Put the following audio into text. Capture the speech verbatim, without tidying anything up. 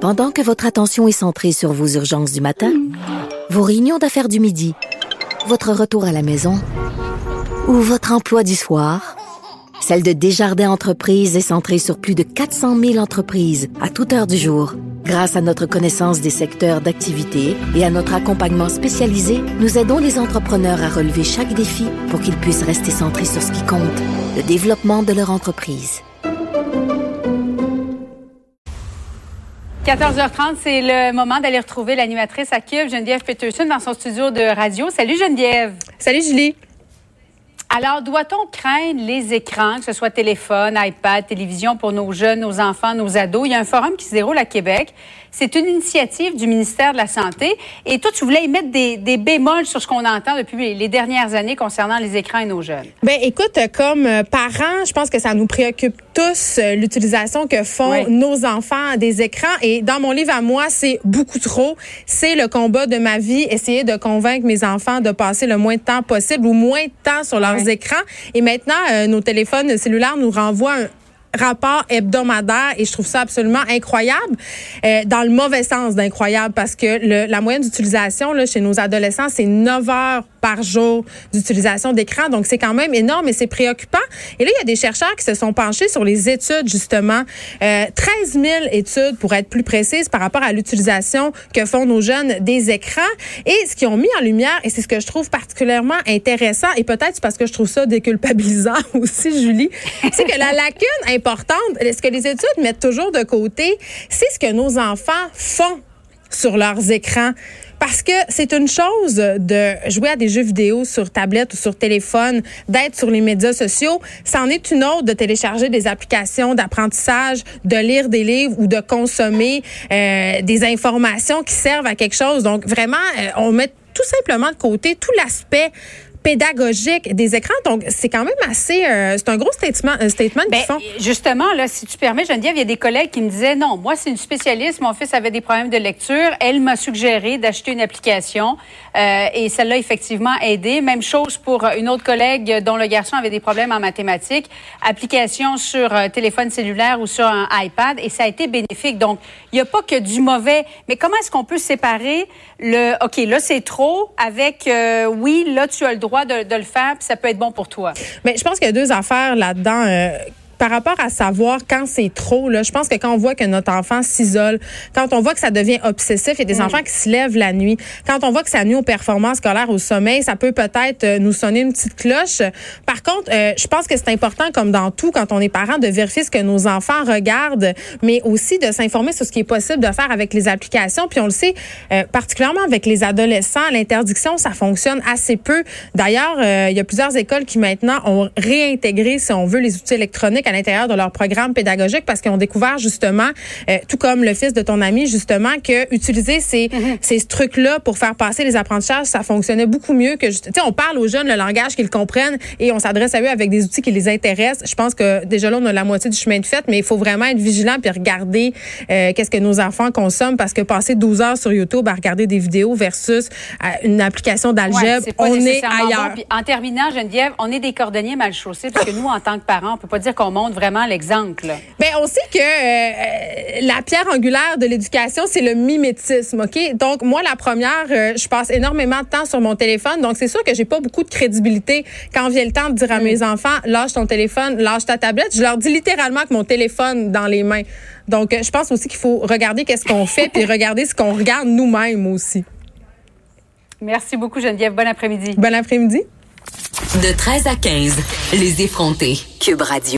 Pendant que votre attention est centrée sur vos urgences du matin, vos réunions d'affaires du midi, votre retour à la maison ou votre emploi du soir, celle de Desjardins Entreprises est centrée sur plus de quatre cent mille entreprises à toute heure du jour. Grâce à notre connaissance des secteurs d'activité et à notre accompagnement spécialisé, nous aidons les entrepreneurs à relever chaque défi pour qu'ils puissent rester centrés sur ce qui compte, le développement de leur entreprise. quatorze heures trente, c'est le moment d'aller retrouver l'animatrice à Cube, Geneviève Peterson, dans son studio de radio. Salut Geneviève! Salut Julie! Alors, doit-on craindre les écrans, que ce soit téléphone, iPad, télévision pour nos jeunes, nos enfants, nos ados? Il y a un forum qui se déroule à Québec. C'est une initiative du ministère de la Santé. Et toi, tu voulais y mettre des, des bémols sur ce qu'on entend depuis les dernières années concernant les écrans et nos jeunes. Ben, écoute, comme parents, je pense que ça nous préoccupe tous, l'utilisation que font oui. nos enfants des écrans. Et dans mon livre à moi, c'est beaucoup trop. C'est le combat de ma vie, essayer de convaincre mes enfants de passer le moins de temps possible ou moins de temps sur leurs oui. écrans. Et maintenant, euh, nos téléphones cellulaires nous renvoient un rapport hebdomadaire et je trouve ça absolument incroyable, euh, dans le mauvais sens d'incroyable, parce que le, la moyenne d'utilisation là, chez nos adolescents, c'est neuf heures par jour d'utilisation d'écran. Donc, c'est quand même énorme et c'est préoccupant. Et là, il y a des chercheurs qui se sont penchés sur les études, justement. Euh, treize mille études, pour être plus précise, par rapport à l'utilisation que font nos jeunes des écrans. Et ce qu'ils ont mis en lumière, et c'est ce que je trouve particulièrement intéressant, et peut-être parce que je trouve ça déculpabilisant aussi, Julie, c'est que la lacune importante, ce que les études mettent toujours de côté, c'est ce que nos enfants font sur leurs écrans. Parce que c'est une chose de jouer à des jeux vidéo sur tablette ou sur téléphone, d'être sur les médias sociaux. C'en est une autre de télécharger des applications d'apprentissage, de lire des livres ou de consommer euh, des informations qui servent à quelque chose. Donc, vraiment, euh, on met tout simplement de côté tout l'aspect pédagogique des écrans. Donc, c'est quand même assez... Euh, c'est un gros statement, un statement ben, qu'ils font. Justement, là, si tu permets, Geneviève, il y a des collègues qui me disaient, non, moi, c'est une spécialiste, mon fils avait des problèmes de lecture, elle m'a suggéré d'acheter une application euh, et celle-là, effectivement, a aidé. Même chose pour une autre collègue dont le garçon avait des problèmes en mathématiques, application sur euh, téléphone cellulaire ou sur un iPad, et ça a été bénéfique. Donc, il n'y a pas que du mauvais. Mais comment est-ce qu'on peut séparer le, OK, là, c'est trop, avec, euh, oui, là, tu as le droit De, de le faire, puis ça peut être bon pour toi. Mais je pense qu'il y a deux affaires là-dedans. Euh, par rapport à savoir quand c'est trop, là, je pense que quand on voit que notre enfant s'isole, quand on voit que ça devient obsessif, il y a des mmh. enfants qui se lèvent la nuit, quand on voit que ça nuit aux performances scolaires, au sommeil, ça peut peut-être euh, nous sonner une petite cloche. Par contre, euh, je pense que c'est important, comme dans tout, quand on est parent, de vérifier ce que nos enfants regardent, mais aussi de s'informer sur ce qui est possible de faire avec les applications. Puis on le sait, euh, particulièrement avec les adolescents, l'interdiction, ça fonctionne assez peu. D'ailleurs, euh, il y a plusieurs écoles qui maintenant ont réintégré, si on veut, les outils électroniques à l'intérieur de leur programme pédagogique parce qu'ils ont découvert justement, euh, tout comme le fils de ton ami, justement, que utiliser ces, mm-hmm. ces trucs-là pour faire passer les apprentissages, ça fonctionnait beaucoup mieux que... Tu sais, on parle aux jeunes le langage qu'ils comprennent et on s'adresse à eux avec des outils qui les intéressent. Je pense que déjà là, on a la moitié du chemin de fait, mais il faut vraiment être vigilant puis regarder euh, qu'est-ce que nos enfants consomment parce que passer douze heures sur YouTube à regarder des vidéos versus euh, une application d'algèbre, ouais, on est ailleurs. Bon. Puis, en terminant, Geneviève, on est des cordonniers mal chaussés parce que nous, en tant que parents, on peut pas dire qu'on montre vraiment l'exemple. Bien, on sait que euh, la pierre angulaire de l'éducation, c'est le mimétisme, OK? Donc, moi, la première, euh, je passe énormément de temps sur mon téléphone. Donc, c'est sûr que j'ai pas beaucoup de crédibilité quand vient le temps de dire à mm. mes enfants, lâche ton téléphone, lâche ta tablette. Je leur dis littéralement que mon téléphone dans les mains. Donc, euh, je pense aussi qu'il faut regarder qu'est-ce qu'on fait puis regarder ce qu'on regarde nous-mêmes aussi. Merci beaucoup, Geneviève. Bon après-midi. Bon après-midi. De treize à quinze, les effrontés. Cube Radio.